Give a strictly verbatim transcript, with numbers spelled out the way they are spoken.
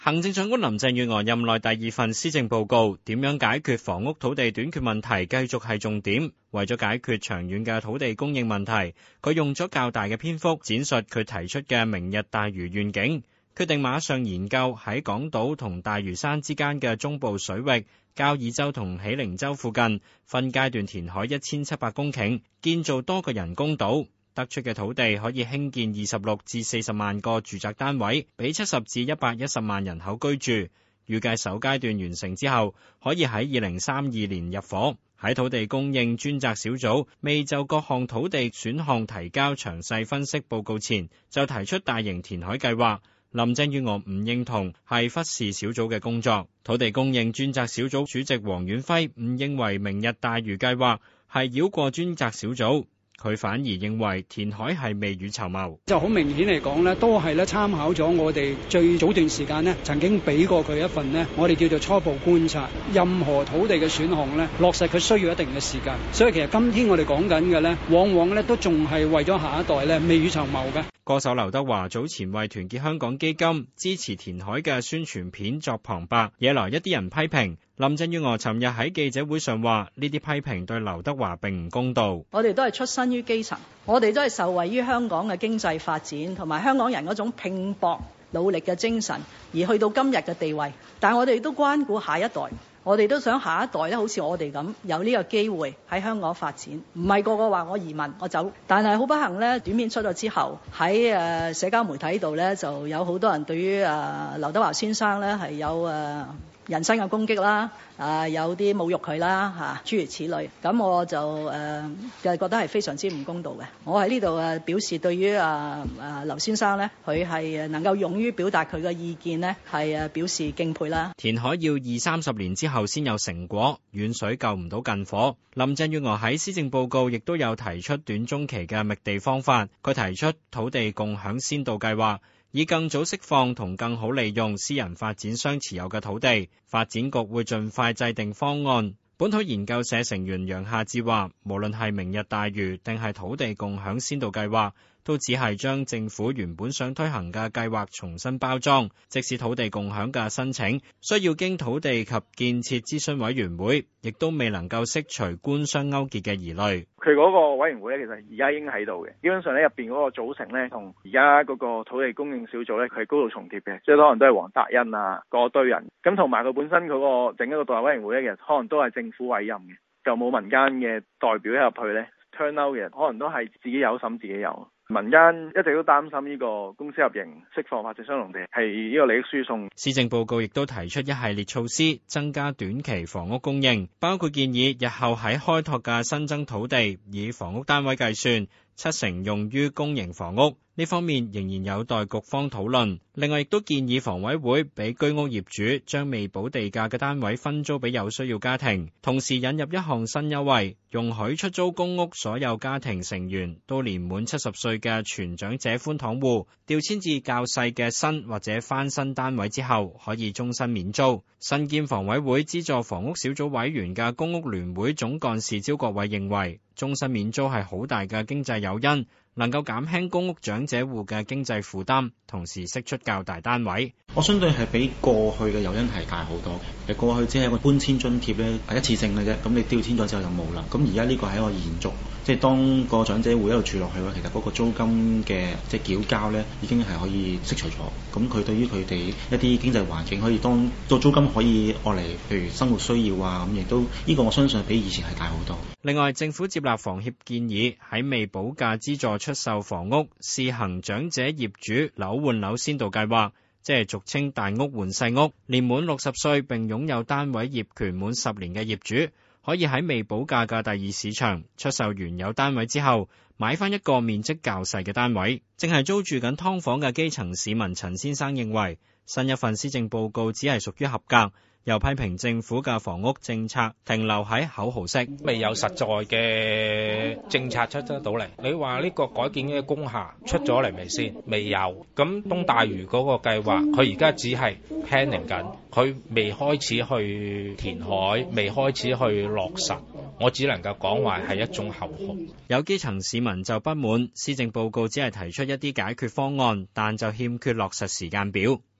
行政長官林鄭月娥任內第二份施政報告，點樣解決房屋土地短缺問題繼續係重點。為咗解決長遠嘅土地供應問題，佢用咗較大嘅篇幅展述佢提出嘅明日大嶼願景，決定馬上研究喺港島同大嶼山之間嘅中部水域、交椅洲同喜靈洲附近分階段填海一千七百公頃，建造多個人工島。得出嘅土地可以興建二十六至四十萬個住宅單位，俾七十至一百一十萬人口居住。預計首階段完成之後，可以喺二零三二年入伙。喺土地供應專責小組未就各項土地選項提交詳細分析報告前，就提出大型填海計劃。林鄭月娥唔認同係忽視小組嘅工作。土地供應專責小組主席黃遠輝唔認為明日大嶼計劃係繞過專責小組。佢反而認為填海係未雨綢繆， 就好明顯嚟講咧，都係咧參考咗我哋最早段時間咧曾經俾過佢一份咧，我哋叫做初步觀察。任何土地嘅選項咧，落實佢需要一定嘅時間，所以其實今天我哋講緊嘅咧，往往咧都仲係為咗下一代咧未雨綢繆嘅。 歌手劉德華早前為團結香港基金支持填海嘅宣傳片作旁白，惹來一啲人批評。林鄭月娥尋日喺記者會上話，呢啲批評對劉德華並唔公道。 我哋都係出身於基層，我哋都係受惠於香港嘅經濟發展同埋香港人嗰種拼搏努力嘅精神，而去到今日嘅地位。但我哋都關顧下一代，我哋都想下一代咧，好似我哋咁有呢個機會喺香港發展。唔係個個話我移民我走，但係好不幸咧，短片出咗之後喺誒社交媒體度咧，就有好多人對於誒劉德華先生咧係有誒人身嘅攻擊啦，啊有啲侮辱佢啦，嚇諸如此類，咁我就誒就覺得係非常之唔公道嘅。我喺呢度誒表示對於啊啊劉先生咧，佢係能夠勇於表達佢嘅意見咧，係誒表示敬佩啦。 填海要二三十年之後先有成果，遠水救唔到近火。林鄭月娥喺施政報告亦都有提出短中期嘅覓地方法，佢提出土地共享先導計劃，以更早釋放同更好利用私人發展商持有嘅土地。發展局會盡快制定方案。本土研究社成員楊夏智話，無論係明日大嶼定係土地共享先導計劃，都只係將政府原本想推行嘅計劃重新包裝。即使土地共享嘅申請需要經土地及建設諮詢委員會，亦都未能夠釋除官商勾結嘅疑慮。 佢嗰個委員會咧，其實而家已經喺度嘅。基本上咧，入邊嗰個組成咧，同而家嗰個土地供應小組咧，佢係高度重疊嘅，即係可能都係黃達恩啊嗰堆人。咁同埋佢本身嗰個整一個獨立委員會咧，其實可能都係政府委任嘅，就冇民間嘅代表入去咧。turn out 嘅可能都係自己有審自己有。民間一直都擔心呢個公私合營釋放發展商農地係呢個利益輸送。 施政報告亦都提出一系列措施，增加短期房屋供應，包括建議日後喺開拓嘅新增土地以房屋單位計算，七成用於公營房屋。呢方面仍然有待局方討論。另外亦都建議房委會俾居屋業主將未補地價嘅單位分租俾有需要家庭，同時引入一項新優惠，容許出租公屋所有家庭成員都年滿七十歲嘅全長者寬敞戶調遷至較細嘅新或者翻新單位之後，可以終身免租。身兼房委會資助房屋小組委員嘅公屋聯會總幹事招國偉認為，終身免租係好大嘅經濟誘因，能夠減輕公屋長者戶嘅經濟負擔，同時釋出較大單位。 我相對係比過去嘅誘因係大好多嘅。過去只係一個搬遷津貼咧，係一次性嘅啫，咁你調遷咗之後就冇啦。咁而家呢個係一個延續，即係當個長者戶一路住落去嘅話，其實嗰個租金嘅即係繳交咧，已經係可以釋除咗。咁佢對於佢哋一啲經濟環境可以當做租金可以攞嚟，譬如生活需要啊，咁亦都呢個我相信比以前係大好多。 另外，政府接納房協建議，喺未補價資助出售房屋試行長者業主樓換樓先導計劃，即係俗稱大屋換細屋。年滿六十歲並擁有單位業權滿十年嘅業主，可以喺未補價嘅第二市場出售原有單位之後，買翻一個面積較細嘅單位。正係租住緊劏房嘅基層市民陳先生認為，新一份施政報告只係屬於合格。又批評政府嘅房屋政策停留喺口號式， 未有實在嘅政策出得到嚟。你話呢個改建嘅工廈出咗嚟未先？未有。咁東大嶼嗰個計劃，佢而家只係 planning 緊，佢未開始去填海，未開始去落實。我只能夠講話係一種口號。 有基層市民就不滿，施政報告只係提出一啲解決方案，但就欠缺落實時間表。